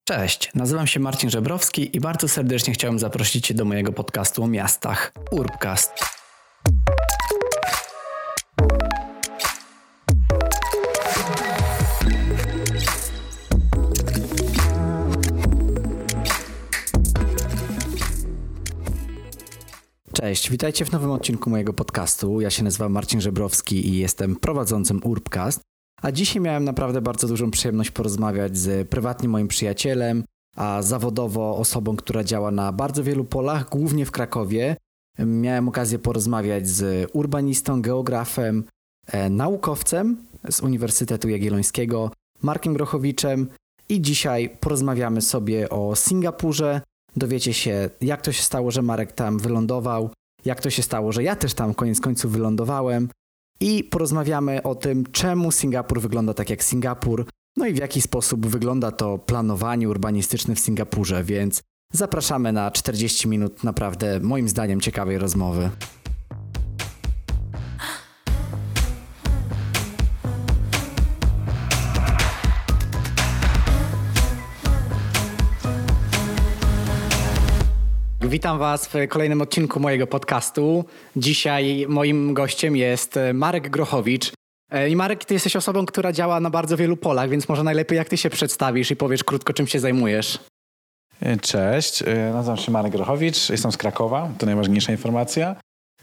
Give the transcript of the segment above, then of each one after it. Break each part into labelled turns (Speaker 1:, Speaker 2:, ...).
Speaker 1: Cześć, nazywam się Marcin Żebrowski i bardzo serdecznie chciałem zaprosić Cię do mojego podcastu o miastach, Urbcast. Cześć, witajcie w nowym odcinku mojego podcastu. Ja się nazywam Marcin Żebrowski i jestem prowadzącym Urbcast. A dzisiaj miałem naprawdę bardzo dużą przyjemność porozmawiać z prywatnie moim przyjacielem, a zawodowo osobą, która działa na bardzo wielu polach, głównie w Krakowie. Miałem okazję porozmawiać z urbanistą, geografem, naukowcem z Uniwersytetu Jagiellońskiego, Markiem Grochowiczem i dzisiaj porozmawiamy sobie o Singapurze. Dowiecie się, jak to się stało, że Marek tam wylądował, jak to się stało, że ja też tam koniec końców wylądowałem i porozmawiamy o tym, czemu Singapur wygląda tak jak Singapur, no i w jaki sposób wygląda to planowanie urbanistyczne w Singapurze, więc zapraszamy na 40 minut naprawdę, moim zdaniem, ciekawej rozmowy. Witam Was w kolejnym odcinku mojego podcastu. Dzisiaj moim gościem jest Marek Grochowicz. I Marek, Ty jesteś osobą, która działa na bardzo wielu polach, więc może najlepiej jak Ty się przedstawisz i powiesz krótko, czym się zajmujesz.
Speaker 2: Cześć, nazywam się Marek Grochowicz, jestem z Krakowa, to najważniejsza informacja.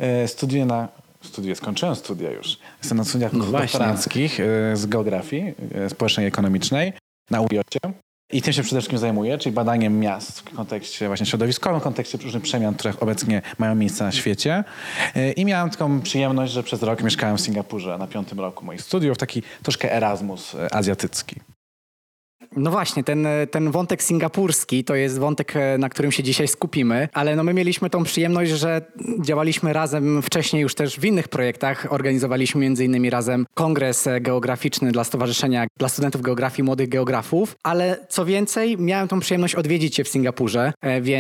Speaker 2: Skończyłem studia już. Jestem na studiach doktoranckich z geografii społecznej i ekonomicznej na UJ-cie. I tym się przede wszystkim zajmuję, czyli badaniem miast w kontekście właśnie środowiskowym, w kontekście różnych przemian, które obecnie mają miejsce na świecie. I miałem taką przyjemność, że przez rok mieszkałem w Singapurze na 5. roku moich studiów, taki troszkę Erasmus azjatycki.
Speaker 1: No właśnie, ten wątek singapurski to jest wątek, na którym się dzisiaj skupimy, ale my mieliśmy tą przyjemność, że działaliśmy razem wcześniej już też w innych projektach. Organizowaliśmy między innymi razem kongres geograficzny dla Stowarzyszenia dla Studentów Geografii Młodych Geografów, ale co więcej, miałem tą przyjemność odwiedzić Cię w Singapurze,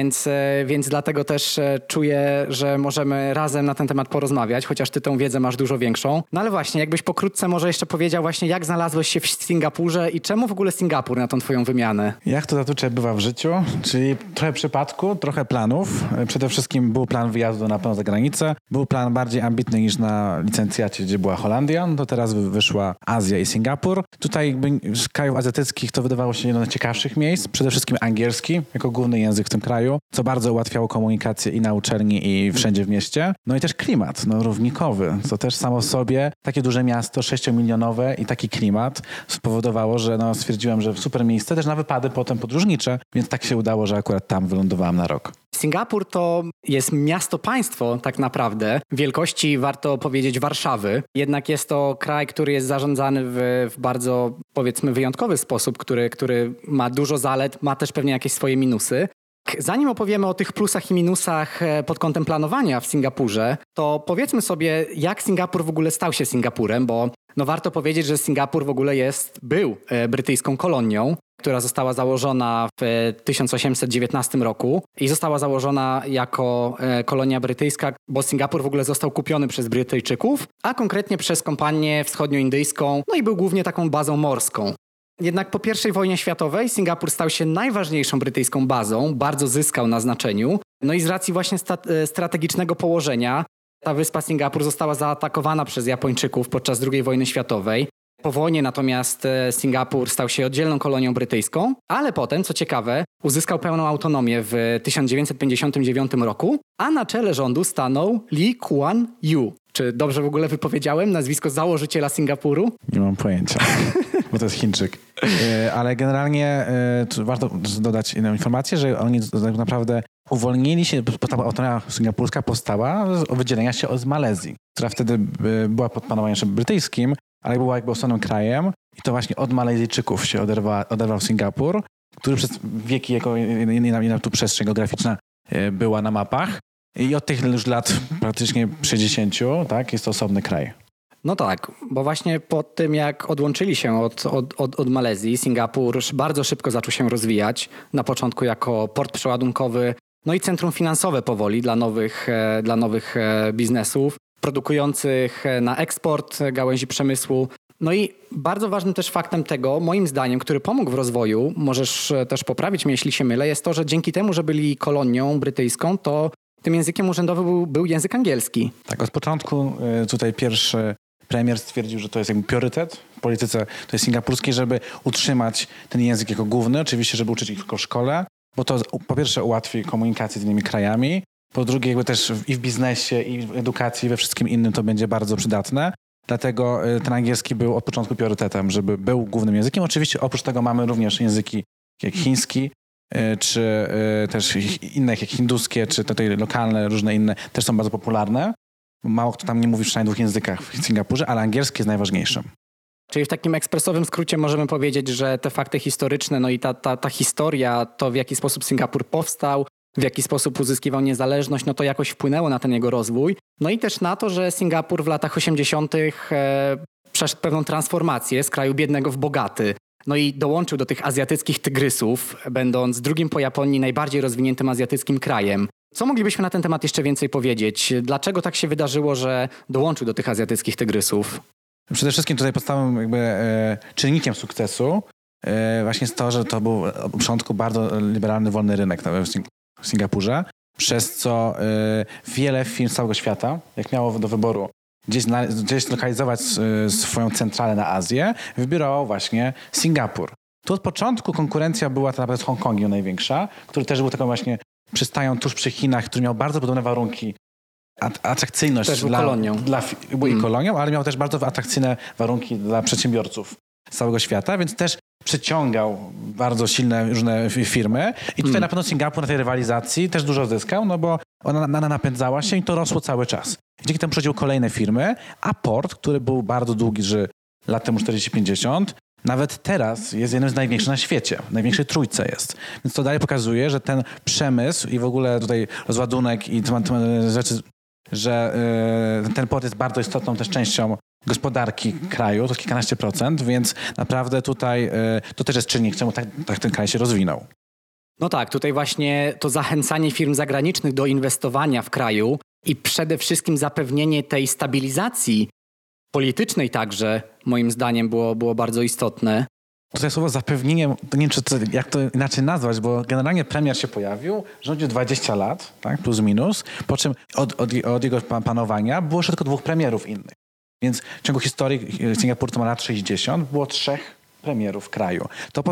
Speaker 1: więc dlatego też czuję, że możemy razem na ten temat porozmawiać, chociaż Ty tą wiedzę masz dużo większą. No ale właśnie, jakbyś pokrótce może jeszcze powiedział właśnie, jak znalazłeś się w Singapurze i czemu w ogóle Singapur na tą Twoją wymianę?
Speaker 2: Jak to zazwyczaj bywa w życiu, czyli trochę przypadku, trochę planów. Przede wszystkim był plan wyjazdu na pewno za granicę. Był plan bardziej ambitny niż na licencjacie, gdzie była Holandia. No to teraz wyszła Azja i Singapur. Tutaj jakby z krajów azjatyckich to wydawało się jedno z ciekawszych miejsc. Przede wszystkim angielski jako główny język w tym kraju, co bardzo ułatwiało komunikację i na uczelni, i wszędzie w mieście. No i też klimat, równikowy, co też samo w sobie takie duże miasto, 6-milionowe i taki klimat spowodowało, że stwierdziłem, że super miejsce też na wypady potem podróżnicze, więc tak się udało, że akurat tam wylądowałem na rok.
Speaker 1: Singapur to jest miasto-państwo tak naprawdę, wielkości warto powiedzieć Warszawy. Jednak jest to kraj, który jest zarządzany w bardzo, powiedzmy, wyjątkowy sposób, który ma dużo zalet, ma też pewnie jakieś swoje minusy. Zanim opowiemy o tych plusach i minusach pod kątem planowania w Singapurze, to powiedzmy sobie, jak Singapur w ogóle stał się Singapurem, bo warto powiedzieć, że Singapur w ogóle był brytyjską kolonią, która została założona w 1819 roku i została założona jako kolonia brytyjska, bo Singapur w ogóle został kupiony przez Brytyjczyków, a konkretnie przez kompanię wschodnioindyjską, i był głównie taką bazą morską. Jednak po I wojnie światowej Singapur stał się najważniejszą brytyjską bazą, bardzo zyskał na znaczeniu. I z racji właśnie strategicznego położenia ta wyspa Singapur została zaatakowana przez Japończyków podczas II wojny światowej. Po wojnie natomiast Singapur stał się oddzielną kolonią brytyjską, ale potem, co ciekawe, uzyskał pełną autonomię w 1959 roku, a na czele rządu stanął Lee Kuan Yew. Czy dobrze w ogóle wypowiedziałem nazwisko założyciela Singapuru?
Speaker 2: Nie mam pojęcia, bo to jest Chińczyk. Ale generalnie warto dodać inną informację, że oni tak naprawdę uwolnili się, bo ta autonomia singapurska powstała z wydzielenia się od Malezji, która wtedy była pod panowaniem brytyjskim, ale była jakby osobnym krajem i to właśnie od Malezyjczyków się oderwał Singapur, który przez wieki jako jedyna tu przestrzeń geograficzna była na mapach i od tych już lat praktycznie 60, tak, jest to osobny kraj.
Speaker 1: No tak, bo właśnie po tym jak odłączyli się od Malezji, Singapur bardzo szybko zaczął się rozwijać, na początku jako port przeładunkowy, i centrum finansowe powoli dla nowych biznesów, produkujących na eksport gałęzi przemysłu. No i bardzo ważnym też faktem tego, moim zdaniem, który pomógł w rozwoju, możesz też poprawić mnie, jeśli się mylę, jest to, że dzięki temu, że byli kolonią brytyjską, to tym językiem urzędowym był język angielski.
Speaker 2: Tak, od początku tutaj pierwszy premier stwierdził, że to jest jakby priorytet w polityce tej singapurskiej, żeby utrzymać ten język jako główny, oczywiście, żeby uczyć ich tylko w szkole, bo to po pierwsze ułatwi komunikację z innymi krajami, po drugie jakby też i w biznesie, i w edukacji, we wszystkim innym to będzie bardzo przydatne. Dlatego ten angielski był od początku priorytetem, żeby był głównym językiem. Oczywiście oprócz tego mamy również języki jak chiński, czy też inne jak hinduskie, czy tutaj lokalne, różne inne, też są bardzo popularne. Mało kto tam nie mówi przynajmniej 2 językach w Singapurze, ale angielski jest najważniejszym.
Speaker 1: Czyli w takim ekspresowym skrócie możemy powiedzieć, że te fakty historyczne, no i ta historia, to w jaki sposób Singapur powstał, w jaki sposób uzyskiwał niezależność, no to jakoś wpłynęło na ten jego rozwój. No i też na to, że Singapur w latach 80. Przeszedł pewną transformację z kraju biednego w bogaty. No i dołączył do tych azjatyckich tygrysów, będąc drugim po Japonii najbardziej rozwiniętym azjatyckim krajem. Co moglibyśmy na ten temat jeszcze więcej powiedzieć? Dlaczego tak się wydarzyło, że dołączył do tych azjatyckich tygrysów?
Speaker 2: Przede wszystkim tutaj podstawowym czynnikiem sukcesu właśnie jest to, że to był od początku bardzo liberalny, wolny rynek w Singapurze, przez co wiele firm z całego świata, jak miało do wyboru gdzieś lokalizować swoją centralę na Azję, wybierało właśnie Singapur. Tu od początku konkurencja była tak naprawdę z Hongkongiem największa, który też był taką właśnie przystają tuż przy Chinach, który miał bardzo podobne warunki, atrakcyjność
Speaker 1: też kolonią.
Speaker 2: Był i kolonią, ale miał też bardzo atrakcyjne warunki dla przedsiębiorców z całego świata, więc też przyciągał bardzo silne różne firmy i tutaj na pewno Singapur na tej rywalizacji też dużo zyskał, no bo ona napędzała się i to rosło cały czas. Dzięki temu przychodziły kolejne firmy, a port, który był bardzo długi, że lat temu 40-50, nawet teraz jest jednym z największych na świecie. W największej trójce jest. Więc to dalej pokazuje, że ten przemysł i w ogóle tutaj rozładunek i rzeczy, że ten port jest bardzo istotną też częścią gospodarki kraju, to kilkanaście procent, więc naprawdę tutaj to też jest czynnik, czemu tak ten kraj się rozwinął.
Speaker 1: No tak, tutaj właśnie to zachęcanie firm zagranicznych do inwestowania w kraju i przede wszystkim zapewnienie tej stabilizacji politycznej także, moim zdaniem, było bardzo istotne.
Speaker 2: Tutaj słowo zapewnienie, nie wiem, jak to inaczej nazwać, bo generalnie premier się pojawił, rządził 20 lat, tak, plus minus, po czym od jego panowania było jeszcze tylko 2 premierów innych. Więc w ciągu historii Singapur to ma lat 60, było 3 premierów w kraju. To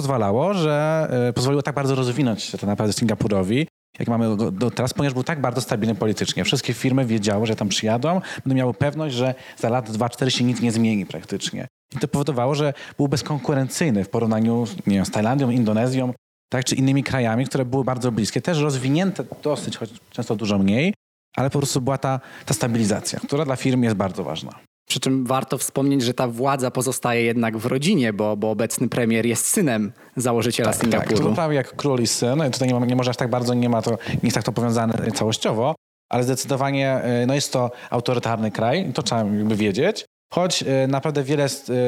Speaker 2: pozwoliło tak bardzo rozwinąć się tak naprawdę Singapurowi, jak mamy go teraz, ponieważ był tak bardzo stabilny politycznie. Wszystkie firmy wiedziały, że tam przyjadą, będą miały pewność, że za lat 2-4 się nic nie zmieni praktycznie. I to powodowało, że był bezkonkurencyjny w porównaniu z Tajlandią, Indonezją, tak, czy innymi krajami, które były bardzo bliskie. Też rozwinięte dosyć, choć często dużo mniej, ale po prostu była ta stabilizacja, która dla firm jest bardzo ważna.
Speaker 1: Przy czym warto wspomnieć, że ta władza pozostaje jednak w rodzinie, bo obecny premier jest synem założyciela Singapuru.
Speaker 2: Tak, to prawie jak król i syn. Tutaj nie może aż tak bardzo, nie jest tak to powiązane całościowo, ale zdecydowanie jest to autorytarny kraj, to trzeba jakby wiedzieć. Choć naprawdę wiele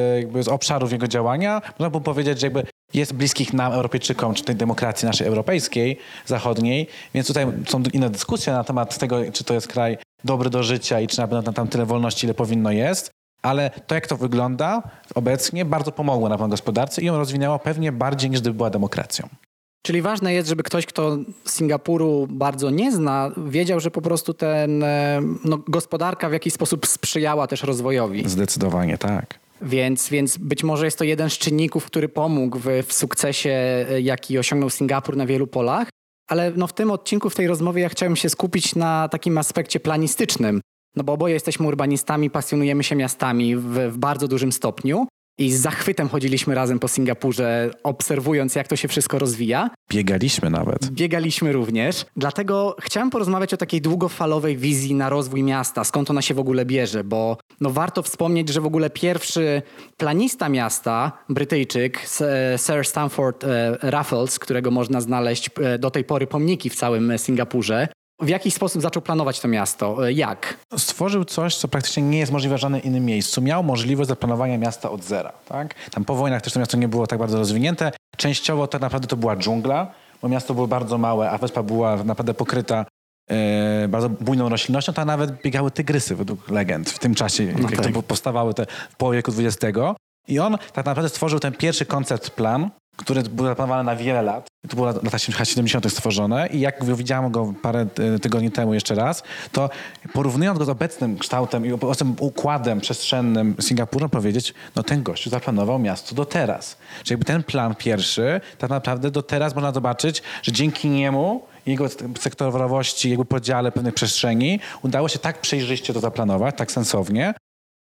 Speaker 2: z obszarów jego działania, można by powiedzieć, że jakby jest bliskich nam Europejczykom, czy tej demokracji naszej europejskiej, zachodniej, więc tutaj są inne dyskusje na temat tego, czy to jest kraj dobry do życia i czy na pewno tam tyle wolności, ile powinno jest, ale to, jak to wygląda obecnie, bardzo pomogło na pewno gospodarce i ją rozwinęło pewnie bardziej, niż gdyby była demokracją.
Speaker 1: Czyli ważne jest, żeby ktoś, kto Singapuru bardzo nie zna, wiedział, że po prostu gospodarka w jakiś sposób sprzyjała też rozwojowi.
Speaker 2: Zdecydowanie tak.
Speaker 1: Więc być może jest to jeden z czynników, który pomógł w sukcesie, jaki osiągnął Singapur na wielu polach. Ale w tym odcinku, w tej rozmowie ja chciałem się skupić na takim aspekcie planistycznym. No bo oboje jesteśmy urbanistami, pasjonujemy się miastami w bardzo dużym stopniu. I z zachwytem chodziliśmy razem po Singapurze, obserwując, jak to się wszystko rozwija.
Speaker 2: Biegaliśmy nawet.
Speaker 1: Biegaliśmy również. Dlatego chciałem porozmawiać o takiej długofalowej wizji na rozwój miasta, skąd ona się w ogóle bierze, bo warto wspomnieć, że w ogóle pierwszy planista miasta, Brytyjczyk, Sir Stamford Raffles, którego można znaleźć do tej pory pomniki w całym Singapurze, w jaki sposób zaczął planować to miasto? Jak?
Speaker 2: Stworzył coś, co praktycznie nie jest możliwe w żadnym innym miejscu. Miał możliwość zaplanowania miasta od zera. Tak? Tam po wojnach też to miasto nie było tak bardzo rozwinięte. Częściowo tak naprawdę to była dżungla, bo miasto było bardzo małe, a wyspa była naprawdę pokryta bardzo bujną roślinnością. Tam nawet biegały tygrysy według legend w tym czasie, jak to powstawały w połowie wieku XX. I on tak naprawdę stworzył ten pierwszy koncept plan, który był zaplanowany na wiele lat. To było lata 70. stworzone i jak widziałem go parę tygodni temu jeszcze raz, to porównując go z obecnym kształtem i obecnym układem przestrzennym Singapuru, powiedzieć, no ten gościu zaplanował miasto do teraz. Czyli jakby ten plan pierwszy, tak naprawdę do teraz można zobaczyć, że dzięki niemu, jego sektorowości, jego podziale pewnych przestrzeni, udało się tak przejrzyście to zaplanować, tak sensownie.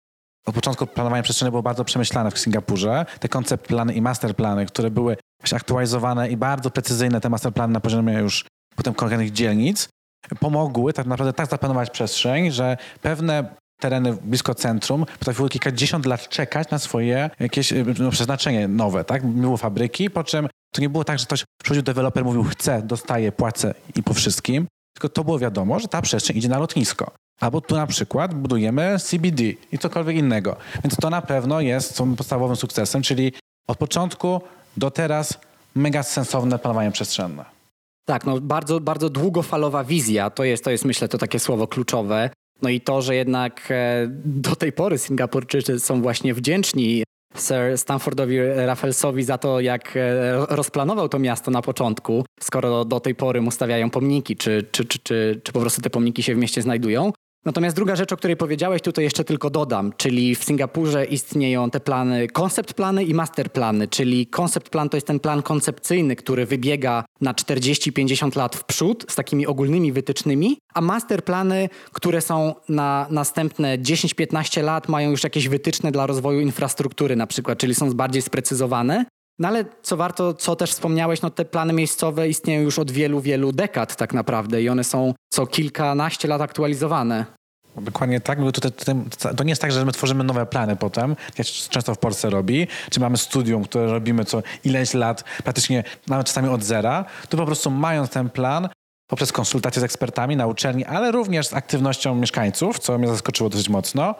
Speaker 2: Od początku planowanie przestrzenne było bardzo przemyślane w Singapurze. Te koncept plany i master plany, które były aktualizowane i bardzo precyzyjne, te master plany na poziomie już potem konkretnych dzielnic, pomogły tak naprawdę tak zaplanować przestrzeń, że pewne tereny blisko centrum potrafiły kilkadziesiąt lat czekać na swoje jakieś przeznaczenie nowe, tak? Było fabryki, po czym to nie było tak, że ktoś przychodził deweloper, mówił chcę, dostaję, płacę i po wszystkim, tylko to było wiadomo, że ta przestrzeń idzie na lotnisko. Albo tu na przykład budujemy CBD i cokolwiek innego. Więc to na pewno jest podstawowym sukcesem, czyli od początku do teraz mega sensowne planowanie przestrzenne.
Speaker 1: Tak, no bardzo, bardzo długofalowa wizja, to jest myślę to takie słowo kluczowe. No i to, że jednak do tej pory Singapurczycy są właśnie wdzięczni Sir Stanfordowi Rafflesowi za to, jak rozplanował to miasto na początku, skoro do tej pory mu stawiają pomniki, czy po prostu te pomniki się w mieście znajdują. Natomiast druga rzecz, o której powiedziałeś, tutaj jeszcze tylko dodam, czyli w Singapurze istnieją te plany, koncept plany i master plany, czyli koncept plan to jest ten plan koncepcyjny, który wybiega na 40-50 lat w przód z takimi ogólnymi wytycznymi, a master plany, które są na następne 10-15 lat, mają już jakieś wytyczne dla rozwoju infrastruktury na przykład, czyli są bardziej sprecyzowane. No ale co też wspomniałeś, no te plany miejscowe istnieją już od wielu, wielu dekad tak naprawdę i one są co kilkanaście lat aktualizowane.
Speaker 2: Dokładnie tak. To nie jest tak, że my tworzymy nowe plany potem, jak często w Polsce robi, czy mamy studium, które robimy co ileś lat, praktycznie nawet czasami od zera, to po prostu mając ten plan, poprzez konsultacje z ekspertami na uczelni, ale również z aktywnością mieszkańców, co mnie zaskoczyło dosyć mocno,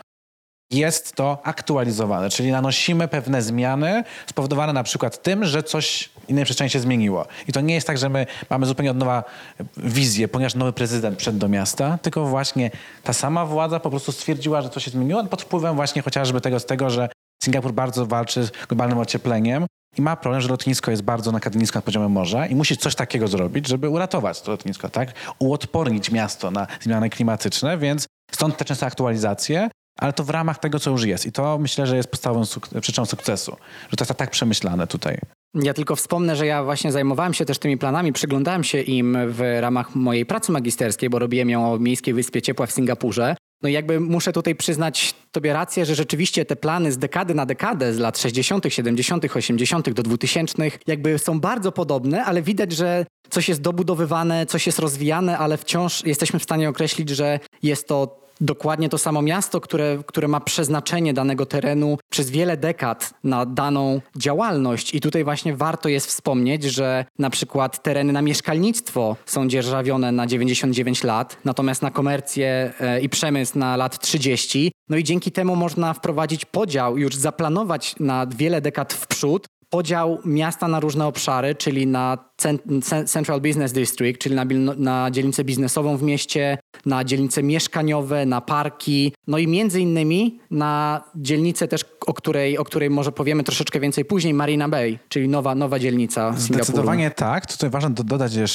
Speaker 2: jest to aktualizowane, czyli nanosimy pewne zmiany spowodowane na przykład tym, że coś w innej przestrzeni się zmieniło. I to nie jest tak, że my mamy zupełnie od nowa wizję, ponieważ nowy prezydent wszedł do miasta, tylko właśnie ta sama władza po prostu stwierdziła, że coś się zmieniło pod wpływem właśnie chociażby tego, że Singapur bardzo walczy z globalnym ociepleniem i ma problem, że lotnisko jest bardzo nisko nad poziomem morza i musi coś takiego zrobić, żeby uratować to lotnisko, tak? Uodpornić miasto na zmiany klimatyczne, więc stąd te częste aktualizacje, ale to w ramach tego, co już jest. I to myślę, że jest podstawową przyczyną sukcesu, że to jest tak przemyślane tutaj.
Speaker 1: Ja tylko wspomnę, że ja właśnie zajmowałem się też tymi planami, przyglądałem się im w ramach mojej pracy magisterskiej, bo robiłem ją o Miejskiej Wyspie Ciepła w Singapurze. No i jakby muszę tutaj przyznać tobie rację, że rzeczywiście te plany z dekady na dekadę, z lat 60., 70., 80. do 2000 jakby są bardzo podobne, ale widać, że coś jest dobudowywane, coś jest rozwijane, ale wciąż jesteśmy w stanie określić, że jest to dokładnie to samo miasto, które ma przeznaczenie danego terenu przez wiele dekad na daną działalność. I tutaj właśnie warto jest wspomnieć, że na przykład tereny na mieszkalnictwo są dzierżawione na 99 lat, natomiast na komercję i przemysł na lat 30. No i dzięki temu można wprowadzić podział, już zaplanować na wiele dekad w przód, podział miasta na różne obszary, czyli na Central Business District, czyli na dzielnicę biznesową w mieście, na dzielnice mieszkaniowe, na parki, no i między innymi na dzielnicę też, o której może powiemy troszeczkę więcej później, Marina Bay, czyli nowa dzielnica Singapuru.
Speaker 2: Zdecydowanie tak. Tutaj warto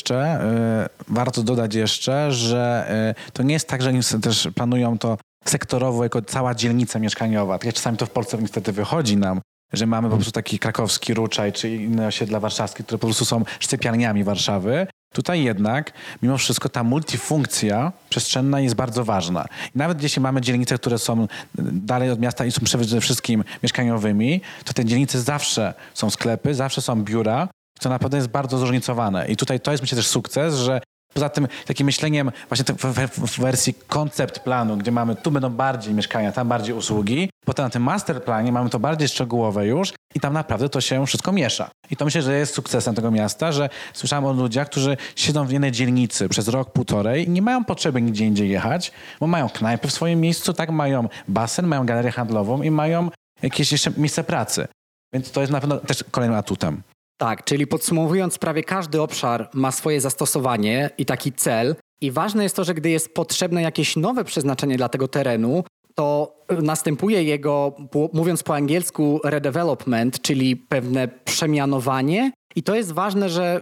Speaker 2: dodać jeszcze, że to nie jest tak, że oni też planują to sektorowo jako cała dzielnica mieszkaniowa. Tak jak czasami to w Polsce niestety wychodzi nam, że mamy po prostu taki krakowski Ruczaj czy inne osiedla warszawskie, które po prostu są szczypialniami Warszawy. Tutaj jednak, mimo wszystko, ta multifunkcja przestrzenna jest bardzo ważna. I nawet jeśli mamy dzielnice, które są dalej od miasta i są przede wszystkim mieszkaniowymi, to te dzielnice zawsze są sklepy, zawsze są biura, co naprawdę jest bardzo zróżnicowane. I tutaj to jest, myślę, też sukces, że poza tym takim myśleniem właśnie w wersji koncept planu, gdzie mamy tu będą bardziej mieszkania, tam bardziej usługi, potem na tym master planie mamy to bardziej szczegółowe już i tam naprawdę to się wszystko miesza. I to myślę, że jest sukcesem tego miasta, że słyszałem o ludziach, którzy siedzą w jednej dzielnicy przez rok, półtorej i nie mają potrzeby nigdzie indziej jechać, bo mają knajpy w swoim miejscu, tak, mają basen, mają galerię handlową i mają jakieś jeszcze miejsce pracy. Więc to jest na pewno też kolejnym atutem.
Speaker 1: Tak, czyli podsumowując, prawie każdy obszar ma swoje zastosowanie i taki cel. I ważne jest to, że gdy jest potrzebne jakieś nowe przeznaczenie dla tego terenu, to następuje jego, mówiąc po angielsku, redevelopment, czyli pewne przemianowanie. I to jest ważne, że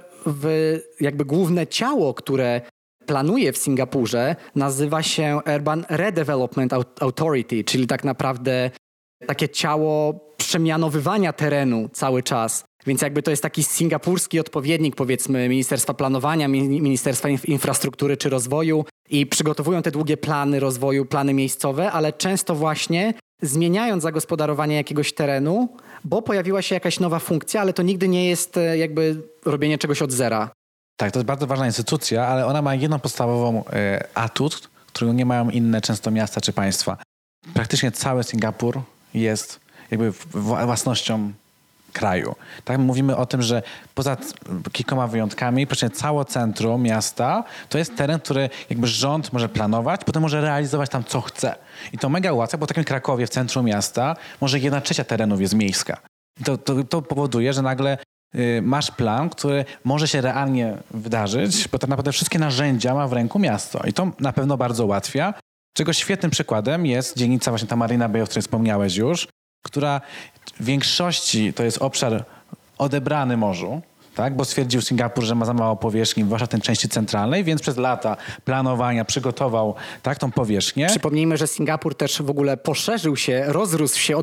Speaker 1: jakby główne ciało, które planuje w Singapurze, nazywa się Urban Redevelopment Authority, czyli tak naprawdę takie ciało przemianowywania terenu cały czas. Więc jakby to jest taki singapurski odpowiednik, powiedzmy, Ministerstwa Planowania, Ministerstwa Infrastruktury czy Rozwoju i przygotowują te długie plany rozwoju, plany miejscowe, ale często właśnie zmieniając zagospodarowanie jakiegoś terenu, bo pojawiła się jakaś nowa funkcja, ale to nigdy nie jest jakby robienie czegoś od zera.
Speaker 2: Tak, to jest bardzo ważna instytucja, ale ona ma jedną podstawową atut, którego nie mają inne często miasta czy państwa. Praktycznie cały Singapur jest jakby własnością kraju. Tak? Mówimy o tym, że poza kilkoma wyjątkami praktycznie całe centrum miasta to jest teren, który jakby rząd może planować, potem może realizować tam co chce. I to mega ułatwia, bo w takim Krakowie w centrum miasta może 1/3 terenów jest miejska. I to powoduje, że nagle masz plan, który może się realnie wydarzyć, bo tak naprawdę wszystkie narzędzia ma w ręku miasto. I to na pewno bardzo ułatwia. Czego świetnym przykładem jest dzielnica właśnie ta Marina Bay, o której wspomniałeś już, która w większości to jest obszar odebrany morzu, tak? Bo stwierdził Singapur, że ma za mało powierzchni, zwłaszcza w tej części centralnej, więc przez lata planowania przygotował tak, tą powierzchnię.
Speaker 1: Przypomnijmy, że Singapur też w ogóle poszerzył się, rozrósł się o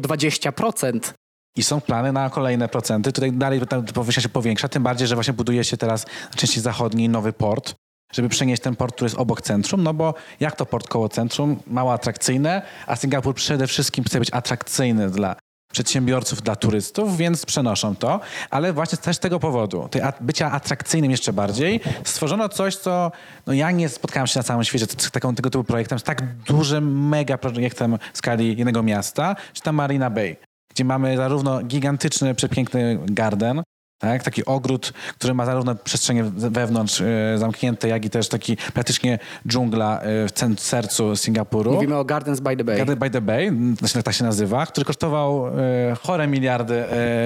Speaker 1: 20%.
Speaker 2: I są plany na kolejne procenty. Tutaj dalej ta powierzchnia się powiększa, tym bardziej, że właśnie buduje się teraz na części zachodniej nowy port, żeby przenieść ten port, który jest obok centrum, no bo jak to port koło centrum? Mało atrakcyjne, a Singapur przede wszystkim chce być atrakcyjny dla przedsiębiorców, dla turystów, więc przenoszą to. Ale właśnie też z tego powodu, bycia atrakcyjnym jeszcze bardziej, stworzono coś, co ja nie spotkałem się na całym świecie z tego typu projektem, z tak dużym mega projektem w skali jednego miasta, czy tam Marina Bay, gdzie mamy zarówno gigantyczny, przepiękny garden, tak? Taki ogród, który ma zarówno przestrzenie wewnątrz zamknięte, jak i też taki praktycznie dżungla w sercu Singapuru.
Speaker 1: Mówimy o Gardens by the Bay.
Speaker 2: Gardens by the Bay, tak się nazywa, który kosztował chore miliardy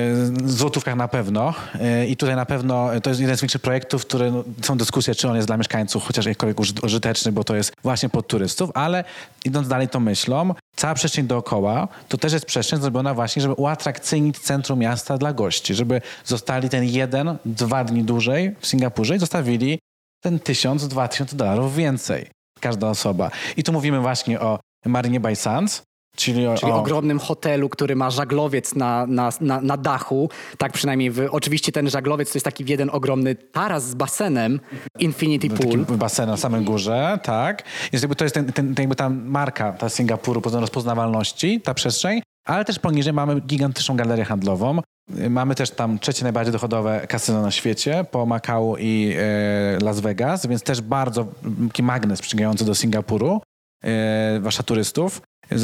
Speaker 2: w złotówkach na pewno. I tutaj na pewno to jest jeden z większych projektów, które są dyskusje, czy on jest dla mieszkańców chociaż jakkolwiek użyteczny, bo to jest właśnie pod turystów, ale idąc dalej to myślą, cała przestrzeń dookoła to też jest przestrzeń zrobiona właśnie, żeby uatrakcyjnić centrum miasta dla gości, żeby zostali ten 1-2 dni dłużej w Singapurze i zostawili ten $1000-2000 więcej każda osoba. I tu mówimy właśnie o Marinie Bay Sands, czyli
Speaker 1: ogromnym hotelu, który ma żaglowiec na dachu. Tak przynajmniej. Oczywiście ten żaglowiec to jest taki jeden ogromny taras z basenem, Infinity Pool.
Speaker 2: Basen na samym górze, tak. Jest jakby, to jest jakby ta marka ta Singapuru pod rozpoznawalności, ta przestrzeń, ale też poniżej mamy gigantyczną galerię handlową. Mamy też tam trzecie najbardziej dochodowe kasyno na świecie po Makau i Las Vegas, więc też bardzo taki magnes przyciągający do Singapuru, zwłaszcza turystów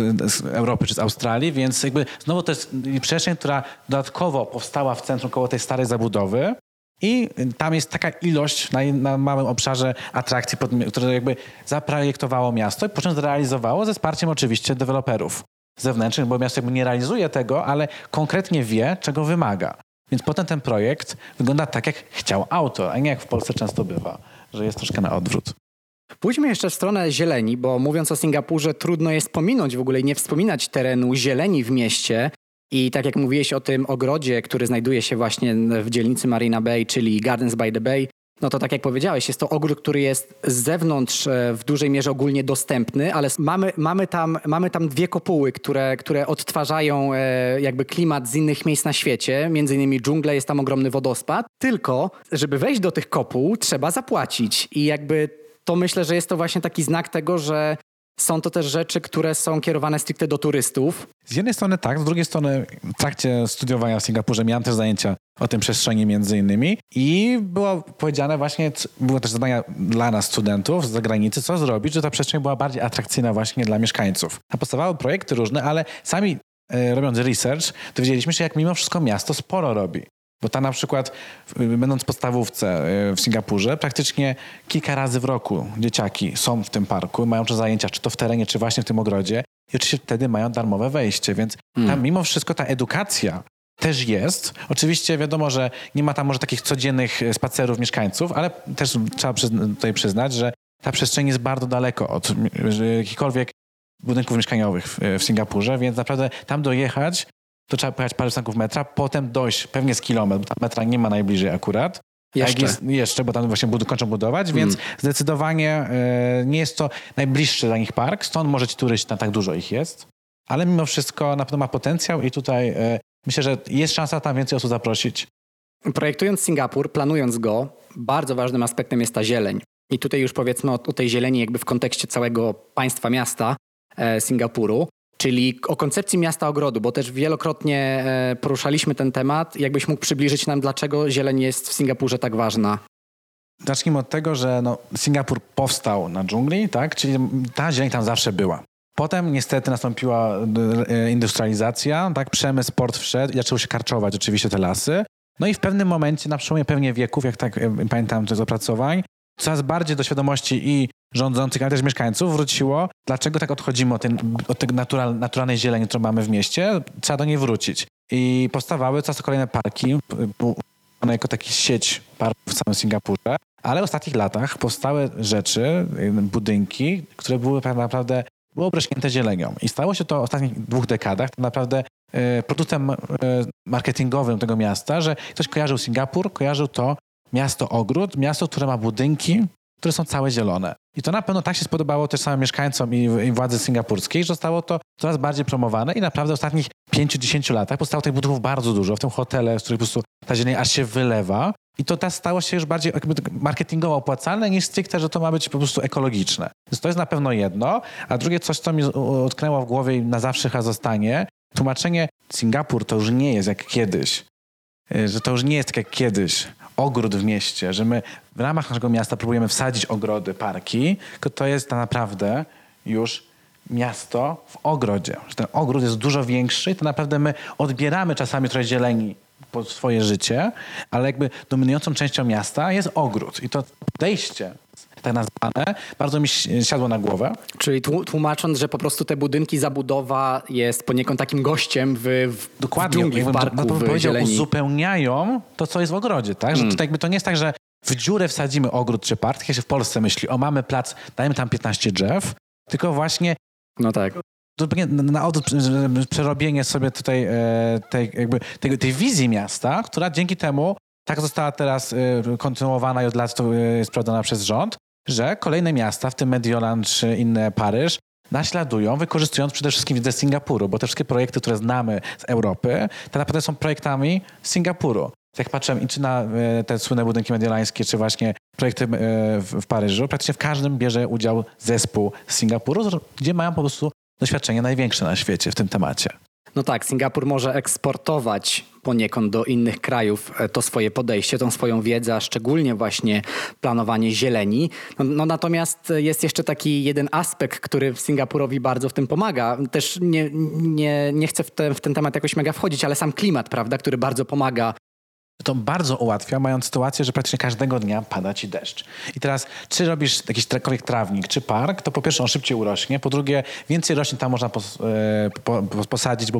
Speaker 2: z Europy czy z Australii, więc jakby znowu to jest przestrzeń, która dodatkowo powstała w centrum koło tej starej zabudowy i tam jest taka ilość na małym obszarze atrakcji, które jakby zaprojektowało miasto i po czym zrealizowało ze wsparciem oczywiście deweloperów zewnętrznych, bo miasto jakby nie realizuje tego, ale konkretnie wie, czego wymaga. Więc potem ten projekt wygląda tak, jak chciał autor, a nie jak w Polsce często bywa, że jest troszkę na odwrót.
Speaker 1: Pójdźmy jeszcze w stronę zieleni, bo mówiąc o Singapurze trudno jest pominąć w ogóle i nie wspominać terenu zieleni w mieście. I tak jak mówiłeś o tym ogrodzie, który znajduje się właśnie w dzielnicy Marina Bay, czyli Gardens by the Bay, no to tak jak powiedziałeś, jest to ogród, który jest z zewnątrz w dużej mierze ogólnie dostępny, ale mamy tam dwie kopuły, które odtwarzają jakby klimat z innych miejsc na świecie, między innymi dżunglę, jest tam ogromny wodospad. Tylko, żeby wejść do tych kopuł, trzeba zapłacić i jakby to myślę, że jest to właśnie taki znak tego, że są to też rzeczy, które są kierowane stricte do turystów.
Speaker 2: Z jednej strony tak, z drugiej strony w trakcie studiowania w Singapurze miałem też zajęcia o tym przestrzeni między innymi i było powiedziane właśnie, były też zadania dla nas studentów z zagranicy, co zrobić, że ta przestrzeń była bardziej atrakcyjna właśnie dla mieszkańców. Powstawały projekty różne, ale sami robiąc research, dowiedzieliśmy się, jak mimo wszystko miasto sporo robi. Bo tam na przykład, będąc w podstawówce w Singapurze, praktycznie kilka razy w roku dzieciaki są w tym parku, mają czy zajęcia, czy to w terenie, czy właśnie w tym ogrodzie i oczywiście wtedy mają darmowe wejście, więc tam mimo wszystko ta edukacja też jest. Oczywiście wiadomo, że nie ma tam może takich codziennych spacerów mieszkańców, ale też trzeba tutaj przyznać, że ta przestrzeń jest bardzo daleko od jakichkolwiek budynków mieszkaniowych w Singapurze, więc naprawdę tam dojechać, to trzeba pojechać parę przystanków metra, potem dojść pewnie z kilometr, bo tam metra nie ma najbliżej akurat. Jeszcze, bo tam właśnie kończą budować, więc zdecydowanie nie jest to najbliższy dla nich park, stąd może ci turyści, tam tak dużo ich jest, ale mimo wszystko na pewno ma potencjał i tutaj myślę, że jest szansa tam więcej osób zaprosić.
Speaker 1: Projektując Singapur, planując go, bardzo ważnym aspektem jest ta zieleń. I tutaj już powiedzmy o tej zieleni jakby w kontekście całego państwa miasta Singapuru, czyli o koncepcji miasta ogrodu, bo też wielokrotnie poruszaliśmy ten temat. Jakbyś mógł przybliżyć nam, dlaczego zieleń jest w Singapurze tak ważna?
Speaker 2: Zacznijmy od tego, że Singapur powstał na dżungli, tak? Czyli ta zieleń tam zawsze była. Potem niestety nastąpiła industrializacja, tak? Przemysł, port wszedł i zaczęło się karczować oczywiście te lasy. No i w pewnym momencie, na przełomie pewnie wieków, jak tak pamiętam z opracowań, coraz bardziej do świadomości i rządzących, ale też mieszkańców wróciło, dlaczego tak odchodzimy od tej naturalnej zieleni, którą mamy w mieście, trzeba do niej wrócić. I powstawały coraz kolejne parki, jako taki sieć parków w całym Singapurze, ale w ostatnich latach powstały rzeczy, budynki, które były tak naprawdę obrośnięte zielenią. I stało się to w ostatnich 2 dekadach tak naprawdę produktem marketingowym tego miasta, że ktoś kojarzył Singapur, kojarzył to miasto ogród, miasto, które ma budynki, które są całe zielone. I to na pewno tak się spodobało też samym mieszkańcom i władzy singapurskiej, że zostało to coraz bardziej promowane i naprawdę w ostatnich 5-10 latach powstało tych budynków bardzo dużo, w tym hotele, z których po prostu ta zieleń aż się wylewa. I to teraz stało się już bardziej marketingowo opłacalne niż stricte, że to ma być po prostu ekologiczne. Więc to jest na pewno jedno. A drugie coś, co mi utknęło w głowie i na zawsze chyba zostanie, tłumaczenie Singapur to już nie jest jak kiedyś. Że to już nie jest tak jak kiedyś. Ogród w mieście, że my w ramach naszego miasta próbujemy wsadzić ogrody, parki, tylko to jest tak naprawdę już miasto w ogrodzie. Że ten ogród jest dużo większy i to naprawdę my odbieramy czasami trochę zieleni pod swoje życie, ale jakby dominującą częścią miasta jest ogród. I to podejście, tak nazwane, bardzo mi siadło na głowę.
Speaker 1: Czyli tłumacząc, że po prostu te budynki, zabudowa jest poniekąd takim gościem w dżungli, w parku, w zieleni.
Speaker 2: Uzupełniają to, co jest w ogrodzie. Tak? Że to, jakby to nie jest tak, że w dziurę wsadzimy ogród czy park, jak się w Polsce myśli, mamy plac, dajmy tam 15 drzew, tylko właśnie
Speaker 1: no tak.
Speaker 2: Na odwrót przerobienie sobie tutaj tej wizji miasta, która dzięki temu tak została teraz kontynuowana i od lat to jest sprawdzona przez rząd, że kolejne miasta, w tym Mediolan czy inne Paryż, naśladują, wykorzystując przede wszystkim wiedzę Singapuru, bo te wszystkie projekty, które znamy z Europy, tak naprawdę są projektami Singapuru. Jak patrzyłem czy na te słynne budynki mediolańskie, czy właśnie projekty w Paryżu, praktycznie w każdym bierze udział zespół z Singapuru, gdzie mają po prostu doświadczenie największe na świecie w tym temacie.
Speaker 1: No tak, Singapur może eksportować poniekąd do innych krajów to swoje podejście, tą swoją wiedzę, a szczególnie właśnie planowanie zieleni. Natomiast jest jeszcze taki jeden aspekt, który Singapurowi bardzo w tym pomaga. Też nie chcę w ten temat jakoś mega wchodzić, ale sam klimat, prawda, który bardzo pomaga.
Speaker 2: To bardzo ułatwia, mając sytuację, że praktycznie każdego dnia pada ci deszcz. I teraz, czy robisz jakiś trawnik, czy park, to po pierwsze on szybciej urośnie, po drugie więcej roślin tam można posadzić,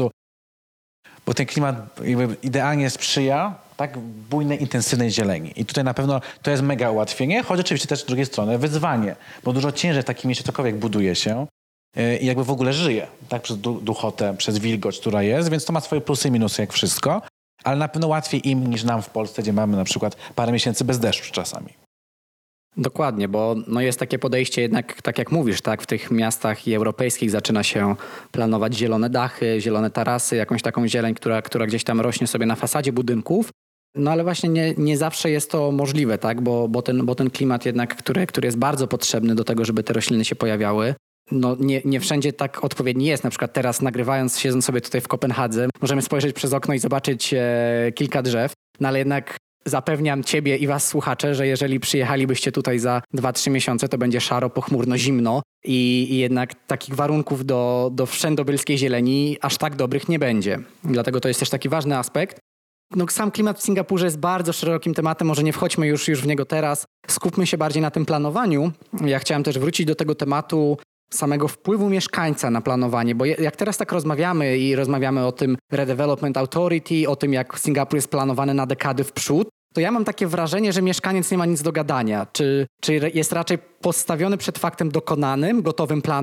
Speaker 2: bo ten klimat idealnie sprzyja tak bujnej, intensywnej zieleni. I tutaj na pewno to jest mega ułatwienie, choć oczywiście też z drugiej strony wyzwanie, bo dużo ciężej w takim mieście cokolwiek buduje się i jakby w ogóle żyje, tak, przez duchotę, przez wilgoć, która jest, więc to ma swoje plusy i minusy jak wszystko. Ale na pewno łatwiej im niż nam w Polsce, gdzie mamy na przykład parę miesięcy bez deszczu czasami.
Speaker 1: Dokładnie, bo jest takie podejście jednak, tak jak mówisz, tak, w tych miastach i europejskich zaczyna się planować zielone dachy, zielone tarasy, jakąś taką zieleń, która gdzieś tam rośnie sobie na fasadzie budynków. No ale właśnie nie zawsze jest to możliwe, tak, bo ten klimat jednak, który jest bardzo potrzebny do tego, żeby te rośliny się pojawiały, nie wszędzie tak odpowiedni jest. Na przykład teraz nagrywając, siedząc sobie tutaj w Kopenhadze, możemy spojrzeć przez okno i zobaczyć kilka drzew, no ale jednak zapewniam ciebie i was słuchacze, że jeżeli przyjechalibyście tutaj za 2-3 miesiące, to będzie szaro, pochmurno, zimno i jednak takich warunków do wszędobylskiej zieleni aż tak dobrych nie będzie. Dlatego to jest też taki ważny aspekt. Sam klimat w Singapurze jest bardzo szerokim tematem, może nie wchodźmy już w niego teraz. Skupmy się bardziej na tym planowaniu. Ja chciałem też wrócić do tego tematu samego wpływu mieszkańca na planowanie, bo jak teraz tak rozmawiamy o tym Redevelopment Authority, o tym jak Singapur jest planowany na dekady w przód, to ja mam takie wrażenie, że mieszkaniec nie ma nic do gadania. Czy jest raczej postawiony przed faktem dokonanym, gotowym planem,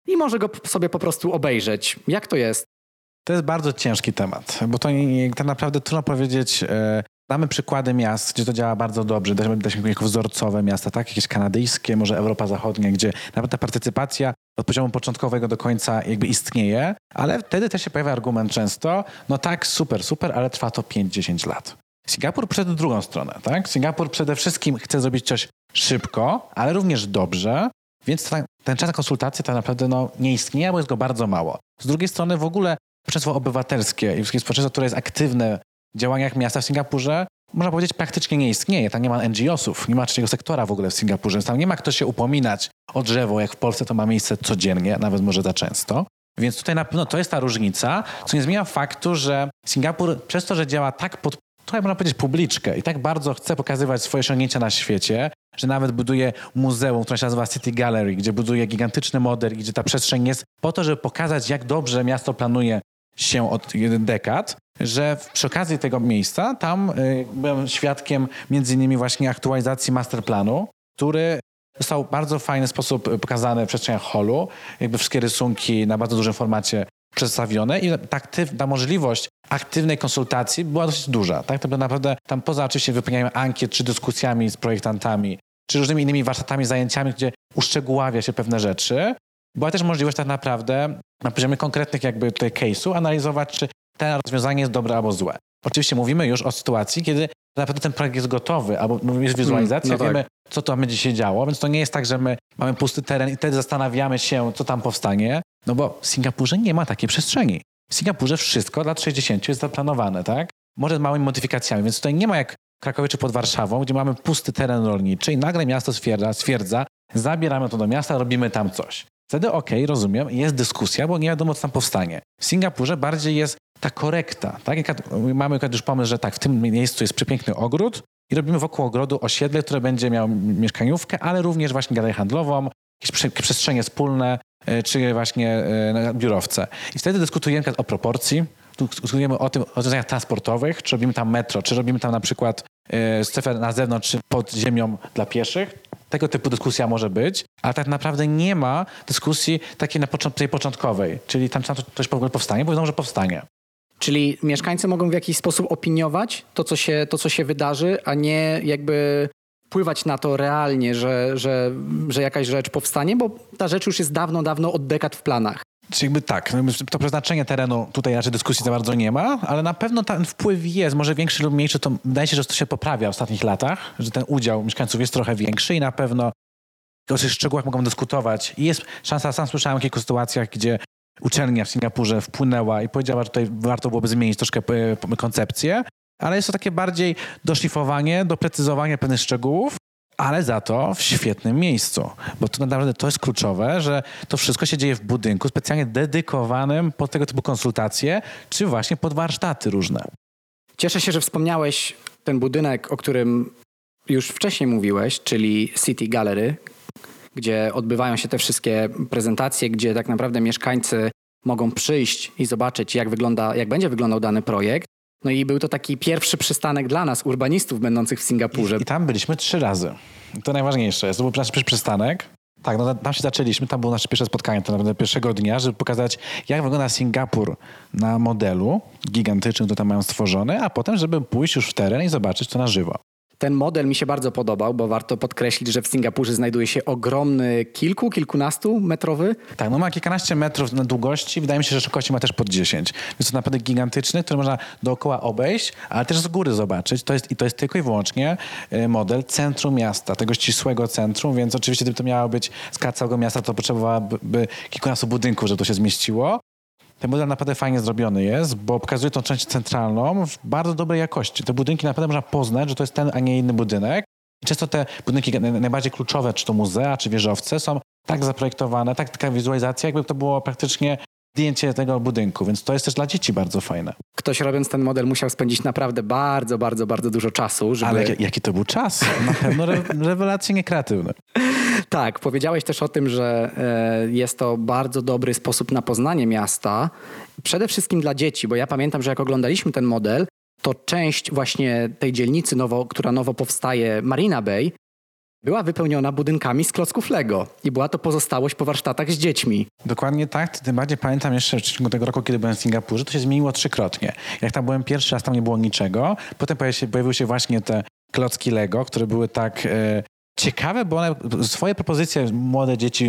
Speaker 1: i może go sobie po prostu obejrzeć. Jak to jest?
Speaker 2: To jest bardzo ciężki temat, bo to tak naprawdę trudno powiedzieć. Mamy przykłady miast, gdzie to działa bardzo dobrze. Daliśmy jako wzorcowe miasta, tak? Jakieś kanadyjskie, może Europa Zachodnia, gdzie nawet ta partycypacja od poziomu początkowego do końca jakby istnieje, ale wtedy też się pojawia argument często, no tak, super, ale trwa to 5-10 lat. Singapur przeszedł w drugą stronę, tak? Singapur przede wszystkim chce zrobić coś szybko, ale również dobrze, więc ten czas na konsultacje tak naprawdę nie istnieje, bo jest go bardzo mało. Z drugiej strony w ogóle społeczeństwo obywatelskie i społeczeństwo, które jest aktywne w działaniach miasta w Singapurze, można powiedzieć, praktycznie nie istnieje. Tam nie ma NGO-sów, nie ma trzeciego sektora w ogóle w Singapurze, więc tam nie ma kto się upominać o drzewo, jak w Polsce to ma miejsce codziennie, nawet może za często. Więc tutaj na pewno to jest ta różnica, co nie zmienia faktu, że Singapur przez to, że działa tak trochę można powiedzieć publiczkę i tak bardzo chce pokazywać swoje osiągnięcia na świecie, że nawet buduje muzeum, które się nazywa City Gallery, gdzie buduje gigantyczny model, gdzie ta przestrzeń jest po to, żeby pokazać, jak dobrze miasto planuje się od dekad, że przy okazji tego miejsca tam byłem świadkiem między innymi właśnie aktualizacji masterplanu, który został w bardzo fajny sposób pokazany w przestrzeniach hallu, jakby wszystkie rysunki na bardzo dużym formacie przedstawione i ta możliwość aktywnej konsultacji była dosyć duża. Tak? To naprawdę tam poza oczywiście wypełnianiem ankiet, czy dyskusjami z projektantami, czy różnymi innymi warsztatami, zajęciami, gdzie uszczegóławia się pewne rzeczy, była też możliwość tak naprawdę na poziomie konkretnych jakby tutaj case'u analizować, czy to rozwiązanie jest dobre albo złe. Oczywiście mówimy już o sytuacji, kiedy naprawdę ten projekt jest gotowy, albo jest wizualizacja, wiemy, co tam będzie się działo, więc to nie jest tak, że my mamy pusty teren i wtedy zastanawiamy się, co tam powstanie, no bo w Singapurze nie ma takiej przestrzeni. W Singapurze wszystko dla lat 60 jest zaplanowane, tak? Może z małymi modyfikacjami, więc tutaj nie ma jak w Krakowie czy pod Warszawą, gdzie mamy pusty teren rolniczy i nagle miasto stwierdza, zabieramy to do miasta, robimy tam coś. Wtedy rozumiem, jest dyskusja, bo nie wiadomo, co tam powstanie. W Singapurze bardziej jest ta korekta, tak? Mamy już pomysł, że tak, w tym miejscu jest przepiękny ogród i robimy wokół ogrodu osiedle, które będzie miało mieszkaniówkę, ale również właśnie galerię handlową, jakieś przestrzenie wspólne, czy właśnie biurowce. I wtedy dyskutujemy o proporcji, dyskutujemy o rozwiązaniach transportowych, czy robimy tam metro, czy robimy tam na przykład strefę na zewnątrz, czy pod ziemią dla pieszych. Tego typu dyskusja może być, ale tak naprawdę nie ma dyskusji takiej tej początkowej, czyli tam coś powstanie, bo wiadomo, że powstanie.
Speaker 1: Czyli mieszkańcy mogą w jakiś sposób opiniować to, co się wydarzy, a nie jakby wpływać na to realnie, że jakaś rzecz powstanie, bo ta rzecz już jest dawno od dekad w planach.
Speaker 2: Czyli jakby tak, to przeznaczenie terenu tutaj raczej dyskusji za bardzo nie ma, ale na pewno ten wpływ jest, może większy lub mniejszy, to wydaje się, że to się poprawia w ostatnich latach, że ten udział mieszkańców jest trochę większy i na pewno o tych szczegółach mogą dyskutować. I jest szansa, sam słyszałem o kilku sytuacjach, gdzie uczelnia w Singapurze wpłynęła i powiedziała, że tutaj warto byłoby zmienić troszkę koncepcję, ale jest to takie bardziej doszlifowanie, doprecyzowanie pewnych szczegółów, ale za to w świetnym miejscu, bo to naprawdę to jest kluczowe, że to wszystko się dzieje w budynku specjalnie dedykowanym pod tego typu konsultacje, czy właśnie pod warsztaty różne.
Speaker 1: Cieszę się, że wspomniałeś ten budynek, o którym już wcześniej mówiłeś, czyli City Gallery, gdzie odbywają się te wszystkie prezentacje, gdzie tak naprawdę mieszkańcy mogą przyjść i zobaczyć, jak będzie wyglądał dany projekt. No i był to taki pierwszy przystanek dla nas, urbanistów będących w Singapurze.
Speaker 2: I tam byliśmy 3 razy. To najważniejsze jest. To był nasz pierwszy przystanek. Tak, tam się zaczęliśmy. Tam było nasze pierwsze spotkanie, to naprawdę pierwszego dnia, żeby pokazać, jak wygląda Singapur na modelu gigantycznym, który tam mają stworzony, a potem, żeby pójść już w teren i zobaczyć to na żywo.
Speaker 1: Ten model mi się bardzo podobał, bo warto podkreślić, że w Singapurze znajduje się ogromny kilkunastu metrowy.
Speaker 2: Tak, ma kilkanaście metrów na długości. Wydaje mi się, że szerokości ma też pod 10. Jest to naprawdę gigantyczny, który można dookoła obejść, ale też z góry zobaczyć. To jest tylko i wyłącznie model centrum miasta, tego ścisłego centrum, więc oczywiście gdyby to miało być skala całego miasta, to potrzebowałaby kilkunastu budynków, żeby to się zmieściło. Ten model naprawdę fajnie zrobiony jest, bo pokazuje tą część centralną w bardzo dobrej jakości. Te budynki naprawdę można poznać, że to jest ten, a nie inny budynek. I często te budynki najbardziej kluczowe, czy to muzea, czy wieżowce, są tak zaprojektowane, taka wizualizacja, jakby to było praktycznie zdjęcie tego budynku, więc to jest też dla dzieci bardzo fajne.
Speaker 1: Ktoś robiąc ten model musiał spędzić naprawdę bardzo dużo czasu, żeby...
Speaker 2: Ale jaki to był czas? Na pewno rewelacyjnie kreatywny.
Speaker 1: Tak, powiedziałeś też o tym, że jest to bardzo dobry sposób na poznanie miasta, przede wszystkim dla dzieci, bo ja pamiętam, że jak oglądaliśmy ten model, to część właśnie tej dzielnicy, która nowo powstaje, Marina Bay, była wypełniona budynkami z klocków Lego i była to pozostałość po warsztatach z dziećmi.
Speaker 2: Dokładnie tak. Tym bardziej pamiętam jeszcze w ciągu tego roku, kiedy byłem w Singapurze, to się zmieniło 3-krotnie. Jak tam byłem pierwszy raz, tam nie było niczego. Potem pojawiły się właśnie te klocki Lego, które były tak ciekawe, bo one swoje propozycje młode dzieci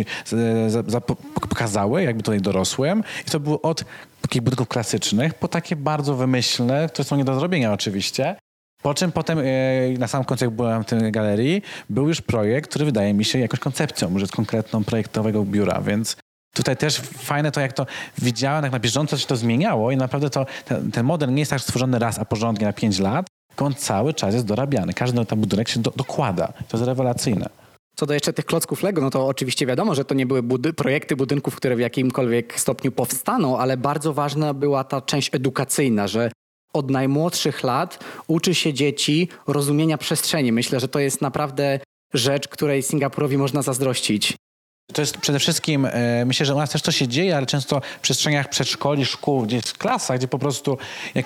Speaker 2: pokazały, jakby tutaj dorosłym. I to było od takich budynków klasycznych po takie bardzo wymyślne, które są nie do zrobienia oczywiście. Po czym potem na samym końcu, jak byłem w tej galerii, był już projekt, który wydaje mi się jakąś koncepcją, może konkretną projektowego biura, więc tutaj też fajne to, jak to widziałem, jak na bieżąco się to zmieniało i naprawdę ten model nie jest tak stworzony raz, a porządnie na 5 lat, tylko on cały czas jest dorabiany. Każdy ten budynek się dokłada. To jest rewelacyjne.
Speaker 1: Co do jeszcze tych klocków Lego, no to oczywiście wiadomo, że to nie były projekty budynków, które w jakimkolwiek stopniu powstaną, ale bardzo ważna była ta część edukacyjna, że od najmłodszych lat uczy się dzieci rozumienia przestrzeni. Myślę, że to jest naprawdę rzecz, której Singapurowi można zazdrościć.
Speaker 2: To jest przede wszystkim, myślę, że u nas też to się dzieje, ale często w przestrzeniach przedszkoli, szkół, gdzieś w klasach, gdzie po prostu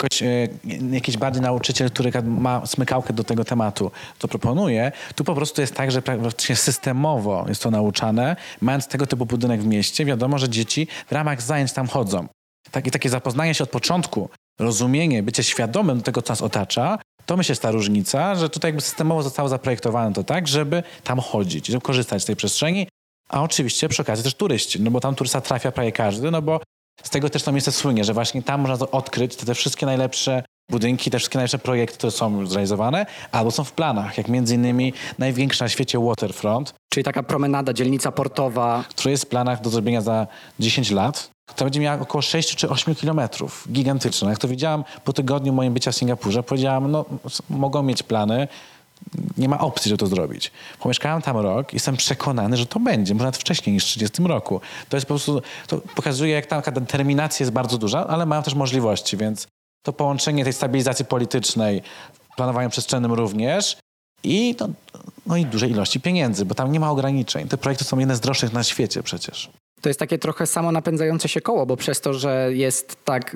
Speaker 2: jakiś bardziej nauczyciel, który ma smykałkę do tego tematu, to proponuje, tu po prostu jest tak, że praktycznie systemowo jest to nauczane. Mając tego typu budynek w mieście, wiadomo, że dzieci w ramach zajęć tam chodzą. Takie zapoznanie się od początku, rozumienie, bycie świadomym do tego, co nas otacza, to myślę jest ta różnica, że tutaj jakby systemowo zostało zaprojektowane to tak, żeby tam chodzić, żeby korzystać z tej przestrzeni, a oczywiście przy okazji też turyści, no bo tam turysta trafia prawie każdy, no bo z tego też to miejsce słynie, że właśnie tam można to odkryć, te wszystkie najlepsze budynki, te wszystkie najlepsze projekty, które są już zrealizowane, albo są w planach, jak między innymi największa na świecie Waterfront.
Speaker 1: Czyli taka promenada, dzielnica portowa.
Speaker 2: Która jest w planach do zrobienia za 10 lat. To będzie miała około 6 czy 8 kilometrów. Gigantyczna. Jak to widziałam po tygodniu moim bycia w Singapurze, powiedziałam, no mogą mieć plany, nie ma opcji, żeby to zrobić. Pomieszkałem tam rok i jestem przekonany, że to będzie, może nawet wcześniej niż w 30 roku. To jest po prostu, to pokazuje, jak ta determinacja jest bardzo duża, ale mają też możliwości, więc to połączenie tej stabilizacji politycznej, planowaniu przestrzennym również i i dużej ilości pieniędzy, bo tam nie ma ograniczeń. Te projekty są jedne z droższych na świecie przecież.
Speaker 1: To jest takie trochę samo napędzające się koło, bo przez to, że jest tak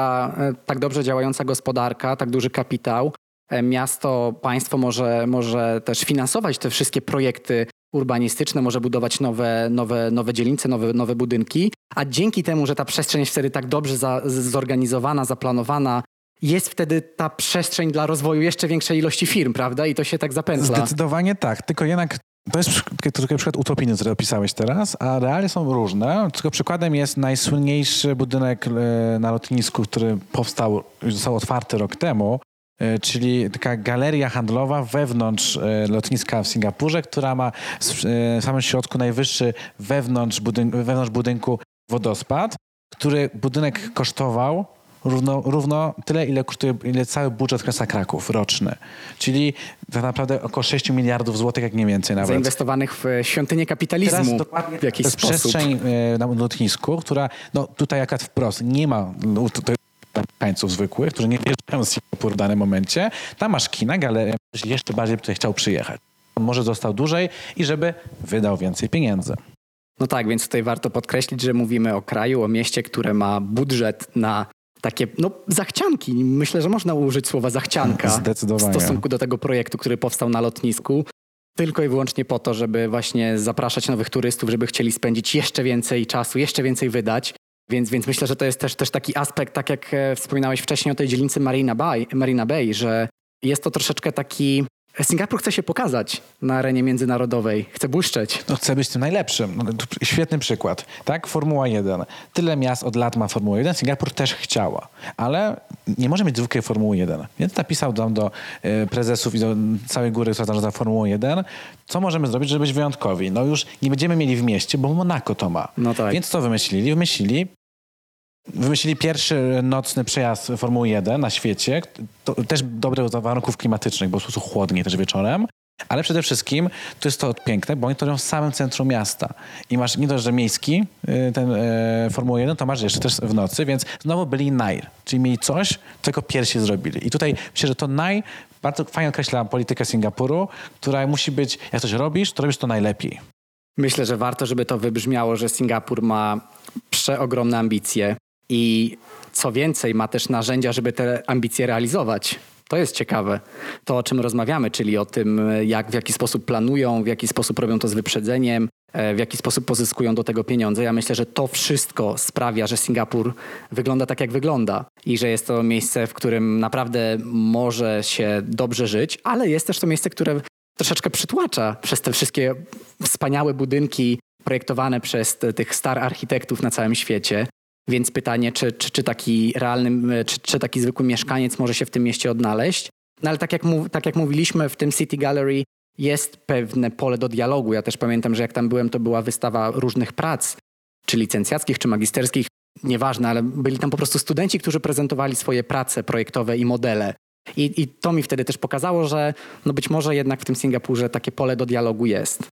Speaker 1: dobrze działająca gospodarka, tak duży kapitał, miasto, państwo może też finansować te wszystkie projekty urbanistyczne, może budować nowe dzielnice, nowe budynki, a dzięki temu, że ta przestrzeń jest wtedy tak dobrze zorganizowana, zaplanowana, jest wtedy ta przestrzeń dla rozwoju jeszcze większej ilości firm, prawda? I to się tak zapętla.
Speaker 2: Zdecydowanie tak, tylko jednak to jest tylko przykład utopijny, który opisałeś teraz, a realia są różne. Tylko przykładem jest najsłynniejszy budynek na lotnisku, który powstał, już został otwarty rok temu, czyli taka galeria handlowa wewnątrz lotniska w Singapurze, która ma w samym środku najwyższy wewnątrz budynku wodospad, który budynek kosztował równo tyle, ile cały budżet miasta Kraków roczny. Czyli tak naprawdę około 6 miliardów złotych, jak nie więcej nawet.
Speaker 1: Zainwestowanych w świątynię kapitalizmu.
Speaker 2: Teraz dokładnie
Speaker 1: w jakiś sposób.
Speaker 2: Przestrzeń na lotnisku, która tutaj akurat wprost nie ma mieszkańców zwykłych, którzy nie wjeżdżają z Singapuru w danym momencie. Tam masz kina, galerię, jeszcze bardziej by tutaj chciał przyjechać. On może został dłużej i żeby wydał więcej pieniędzy.
Speaker 1: No tak, więc tutaj warto podkreślić, że mówimy o kraju, o mieście, które ma budżet na takie, zachcianki. Myślę, że można użyć słowa zachcianka
Speaker 2: Zdecydowanie.
Speaker 1: W stosunku do tego projektu, który powstał na lotnisku. Tylko i wyłącznie po to, żeby właśnie zapraszać nowych turystów, żeby chcieli spędzić jeszcze więcej czasu, jeszcze więcej wydać. Więc myślę, że to jest też taki aspekt, tak jak wspominałeś wcześniej o tej dzielnicy Marina Bay, że jest to troszeczkę taki... Singapur chce się pokazać na arenie międzynarodowej, chce błyszczeć.
Speaker 2: Chce być tym najlepszym. Świetny przykład. Tak, Formuła 1. Tyle miast od lat ma Formułę 1. Singapur też chciała, ale nie może mieć zwykłej Formuły 1. Więc napisał tam do prezesów i do całej góry, która zarządza Formułą 1, co możemy zrobić, żeby być wyjątkowi. Już nie będziemy mieli w mieście, bo Monako to ma.
Speaker 1: No tak.
Speaker 2: Więc co wymyślili? Wymyślili pierwszy nocny przejazd Formuły 1 na świecie. To też dobre do warunków klimatycznych, bo po prostu chłodniej też wieczorem. Ale przede wszystkim to jest to piękne, bo oni to robią w samym centrum miasta. I masz nie dość, że miejski ten Formuła 1, to masz jeszcze też w nocy, więc znowu byli czyli mieli coś, czego pierwsi zrobili. I tutaj myślę, że to bardzo fajnie określa politykę Singapuru, która musi być, jak coś robisz, to robisz to najlepiej.
Speaker 1: Myślę, że warto, żeby to wybrzmiało, że Singapur ma przeogromne ambicje i co więcej, ma też narzędzia, żeby te ambicje realizować. To jest ciekawe. To, o czym rozmawiamy, czyli o tym, w jaki sposób planują, w jaki sposób robią to z wyprzedzeniem, w jaki sposób pozyskują do tego pieniądze. Ja myślę, że to wszystko sprawia, że Singapur wygląda tak, jak wygląda i że jest to miejsce, w którym naprawdę może się dobrze żyć, ale jest też to miejsce, które troszeczkę przytłacza przez te wszystkie wspaniałe budynki projektowane przez tych star architektów na całym świecie. Więc pytanie, czy taki realny, czy taki zwykły mieszkaniec może się w tym mieście odnaleźć. No ale tak jak mówiliśmy, w tym City Gallery jest pewne pole do dialogu. Ja też pamiętam, że jak tam byłem, to była wystawa różnych prac, czy licencjackich, czy magisterskich, nieważne, ale byli tam po prostu studenci, którzy prezentowali swoje prace projektowe i modele. I to mi wtedy też pokazało, że no być może jednak w tym Singapurze takie pole do dialogu jest.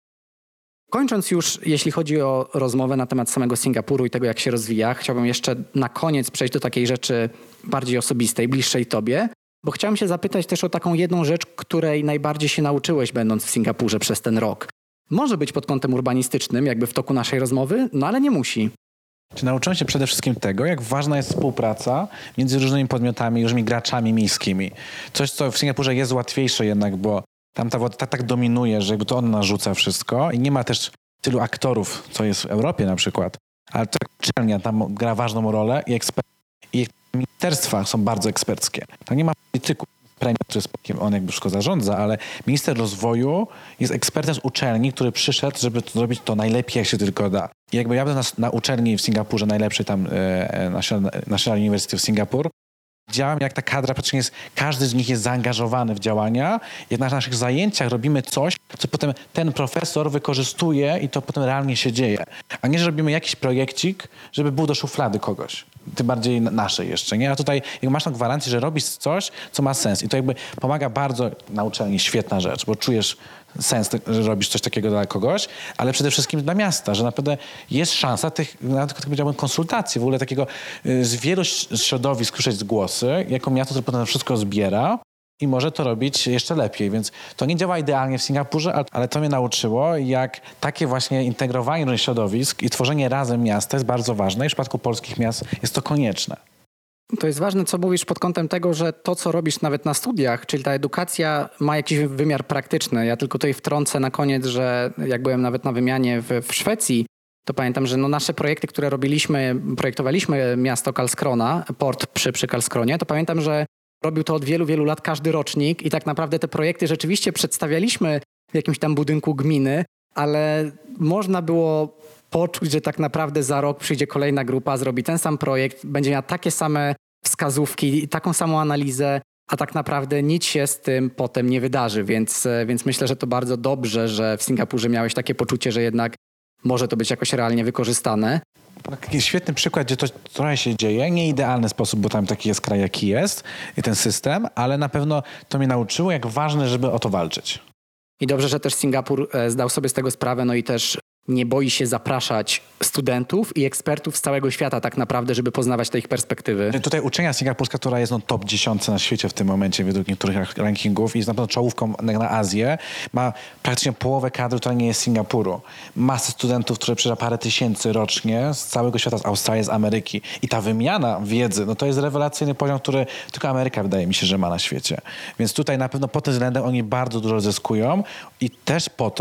Speaker 1: Kończąc już, jeśli chodzi o rozmowę na temat samego Singapuru i tego, jak się rozwija, chciałbym jeszcze na koniec przejść do takiej rzeczy bardziej osobistej, bliższej tobie, bo chciałem się zapytać też o taką jedną rzecz, której najbardziej się nauczyłeś, będąc w Singapurze przez ten rok. Może być pod kątem urbanistycznym, jakby w toku naszej rozmowy, no ale nie musi.
Speaker 2: Nauczyłem się przede wszystkim tego, jak ważna jest współpraca między różnymi podmiotami, różnymi graczami miejskimi. Coś, co w Singapurze jest łatwiejsze jednak, bo tam ta woda tak dominuje, że jakby to on narzuca wszystko i nie ma też tylu aktorów, co jest w Europie na przykład. Ale to uczelnia tam gra ważną rolę i ministerstwa są bardzo eksperckie. Tam nie ma polityków, premier, który jest on jakby wszystko zarządza, ale minister rozwoju jest ekspertem z uczelni, który przyszedł, żeby zrobić to najlepiej, jak się tylko da. I jakby ja byłem na uczelni w Singapurze, najlepszej tam National University of Singapore, działam jak ta kadra, praktycznie jest, każdy z nich jest zaangażowany w działania. Jak na naszych zajęciach robimy coś, co potem ten profesor wykorzystuje i to potem realnie się dzieje. A nie, że robimy jakiś projekcik, żeby był do szuflady kogoś. Tym bardziej naszej jeszcze, nie? A tutaj jak masz tą gwarancję, że robisz coś, co ma sens. I to jakby pomaga bardzo na uczelni. Świetna rzecz, bo czujesz sens, że robisz coś takiego dla kogoś, ale przede wszystkim dla miasta, że naprawdę jest szansa nawet tak powiedziałbym, konsultacji, w ogóle takiego z wielu środowisk słyszeć głosy, jako miasto, które potem wszystko zbiera i może to robić jeszcze lepiej. Więc to nie działa idealnie w Singapurze, ale to mnie nauczyło, jak takie właśnie integrowanie różnych środowisk i tworzenie razem miasta jest bardzo ważne i w przypadku polskich miast jest to konieczne.
Speaker 1: To jest ważne, co mówisz pod kątem tego, że to, co robisz nawet na studiach, czyli ta edukacja ma jakiś wymiar praktyczny. Ja tylko tutaj wtrącę na koniec, że jak byłem nawet na wymianie w Szwecji, to pamiętam, że no nasze projekty, które projektowaliśmy miasto Karlskrona, port przy Karlskronie, to pamiętam, że robił to od wielu, wielu lat każdy rocznik i tak naprawdę te projekty rzeczywiście przedstawialiśmy w jakimś tam budynku gminy, ale można było poczuć, że tak naprawdę za rok przyjdzie kolejna grupa, zrobi ten sam projekt, będzie miała takie same wskazówki, taką samą analizę, a tak naprawdę nic się z tym potem nie wydarzy. Więc myślę, że to bardzo dobrze, że w Singapurze miałeś takie poczucie, że jednak może to być jakoś realnie wykorzystane.
Speaker 2: Taki świetny przykład, gdzie to trochę się dzieje. Nie idealny sposób, bo tam taki jest kraj, jaki jest i ten system, ale na pewno to mnie nauczyło, jak ważne, żeby o to walczyć.
Speaker 1: I dobrze, że też Singapur zdał sobie z tego sprawę, no i też nie boi się zapraszać studentów i ekspertów z całego świata tak naprawdę, żeby poznawać te ich perspektywy.
Speaker 2: Tutaj uczelnia singapurska, która jest top 10 na świecie w tym momencie według niektórych rankingów i jest na pewno czołówką na Azję, ma praktycznie połowę kadry, która nie jest z Singapuru. Masę studentów, które przyjeżdża parę tysięcy rocznie z całego świata, z Australii, z Ameryki. I ta wymiana wiedzy, no to jest rewelacyjny poziom, który tylko Ameryka wydaje mi się, że ma na świecie. Więc tutaj na pewno pod tym względem oni bardzo dużo zyskują i też po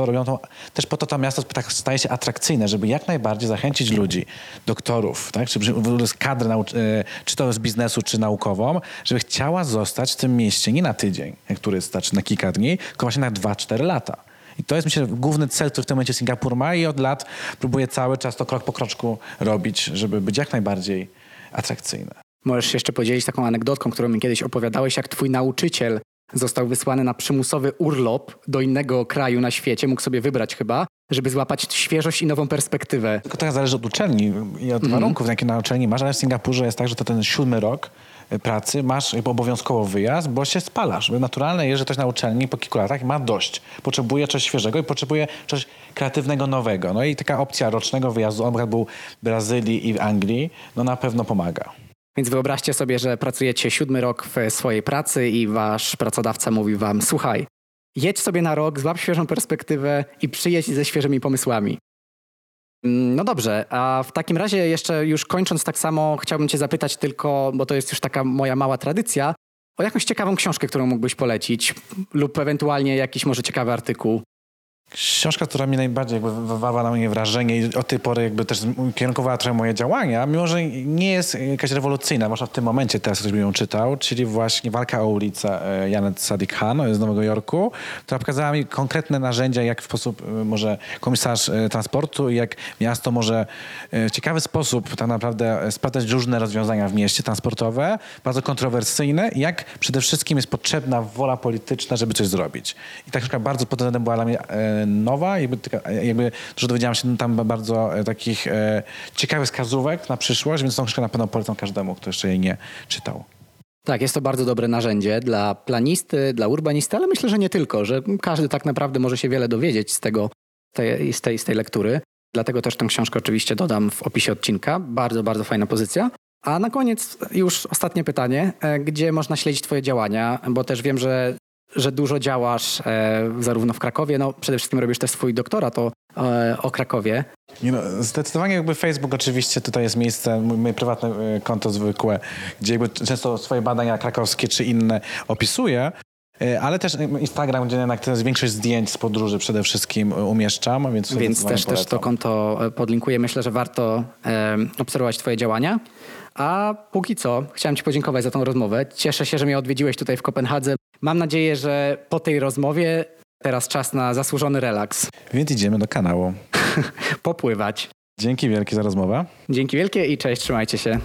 Speaker 2: to to miasto tak staje się atrakcyjne, żeby jak najbardziej zachęcić ludzi, doktorów, tak? Czy z kadry, czy to z biznesu, czy naukową, żeby chciała zostać w tym mieście nie na tydzień, jak turysta, czy na kilka dni, tylko właśnie na 2-4 lata. I to jest, myślę, główny cel, który w tym momencie Singapur ma i od lat próbuje cały czas to krok po kroczku robić, żeby być jak najbardziej atrakcyjne.
Speaker 1: Możesz się jeszcze podzielić taką anegdotką, którą mi kiedyś opowiadałeś, jak twój nauczyciel został wysłany na przymusowy urlop do innego kraju na świecie, mógł sobie wybrać chyba, żeby złapać świeżość i nową perspektywę.
Speaker 2: Tylko to zależy od uczelni i od warunków, jakie na uczelni masz, ale w Singapurze jest tak, że to ten 7 rok pracy masz obowiązkowo wyjazd, bo się spalasz. Naturalne jest, że ktoś na uczelni po kilku latach ma dość. Potrzebuje czegoś świeżego i potrzebuje czegoś kreatywnego, nowego. No i taka opcja rocznego wyjazdu, on był w Brazylii i w Anglii, no na pewno pomaga.
Speaker 1: Więc wyobraźcie sobie, że pracujecie 7 rok w swojej pracy i wasz pracodawca mówi wam: słuchaj, jedź sobie na rok, złap świeżą perspektywę i przyjedź ze świeżymi pomysłami. No dobrze, a w takim razie jeszcze już kończąc tak samo chciałbym cię zapytać tylko, bo to jest już taka moja mała tradycja, o jakąś ciekawą książkę, którą mógłbyś polecić lub ewentualnie jakiś może ciekawy artykuł.
Speaker 2: Książka, która mi najbardziej jakby wywarła na mnie wrażenie i od tej pory jakby też kierunkowała trochę moje działania, mimo że nie jest jakaś rewolucyjna, zwłaszcza w tym momencie teraz ktoś by ją czytał, czyli właśnie Walka o ulicę Janet Sadiq Khan z Nowego Jorku, która pokazała mi konkretne narzędzia, jak w sposób może komisarz transportu i jak miasto może w ciekawy sposób tak naprawdę sprawdzać różne rozwiązania w mieście transportowe, bardzo kontrowersyjne, jak przede wszystkim jest potrzebna wola polityczna, żeby coś zrobić. I ta książka bardzo pod tym względem była dla mnie nowa, jakby dużo dowiedziałam się tam bardzo takich ciekawych wskazówek na przyszłość, więc tą książkę na pewno polecam każdemu, kto jeszcze jej nie czytał.
Speaker 1: Tak, jest to bardzo dobre narzędzie dla planisty, dla urbanisty, ale myślę, że nie tylko, że każdy tak naprawdę może się wiele dowiedzieć z tej lektury. Dlatego też tę książkę oczywiście dodam w opisie odcinka. Bardzo, bardzo fajna pozycja. A na koniec już ostatnie pytanie. Gdzie można śledzić twoje działania? Bo też wiem, że dużo działasz zarówno w Krakowie, no przede wszystkim robisz też swój doktorat o Krakowie.
Speaker 2: Zdecydowanie jakby Facebook oczywiście tutaj jest miejsce, moje prywatne konto zwykłe, gdzie jakby często swoje badania krakowskie czy inne opisuję, ale też Instagram, gdzie jednak to jest większość zdjęć z podróży przede wszystkim umieszczam, więc
Speaker 1: też to konto podlinkuję. Myślę, że warto obserwować twoje działania. A póki co chciałem ci podziękować za tą rozmowę. Cieszę się, że mnie odwiedziłeś tutaj w Kopenhadze. Mam nadzieję, że po tej rozmowie teraz czas na zasłużony relaks.
Speaker 2: Więc idziemy do kanału.
Speaker 1: Popływać.
Speaker 2: Dzięki wielkie za rozmowę.
Speaker 1: Dzięki wielkie i cześć, trzymajcie się.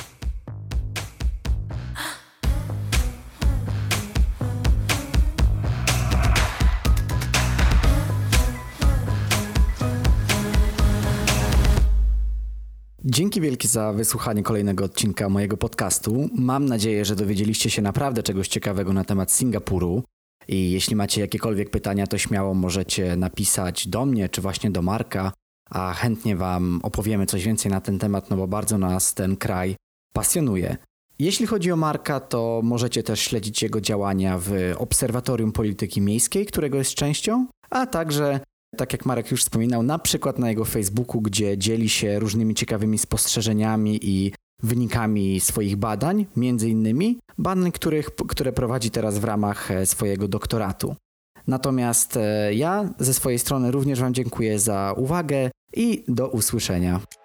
Speaker 1: Dzięki wielkie za wysłuchanie kolejnego odcinka mojego podcastu. Mam nadzieję, że dowiedzieliście się naprawdę czegoś ciekawego na temat Singapuru. I jeśli macie jakiekolwiek pytania, to śmiało możecie napisać do mnie, czy właśnie do Marka, a chętnie wam opowiemy coś więcej na ten temat, no bo bardzo nas ten kraj pasjonuje. Jeśli chodzi o Marka, to możecie też śledzić jego działania w Obserwatorium Polityki Miejskiej, którego jest częścią, a także, tak jak Marek już wspominał, na przykład na jego Facebooku, gdzie dzieli się różnymi ciekawymi spostrzeżeniami i wynikami swoich badań, między innymi badań, które prowadzi teraz w ramach swojego doktoratu. Natomiast ja ze swojej strony również wam dziękuję za uwagę i do usłyszenia.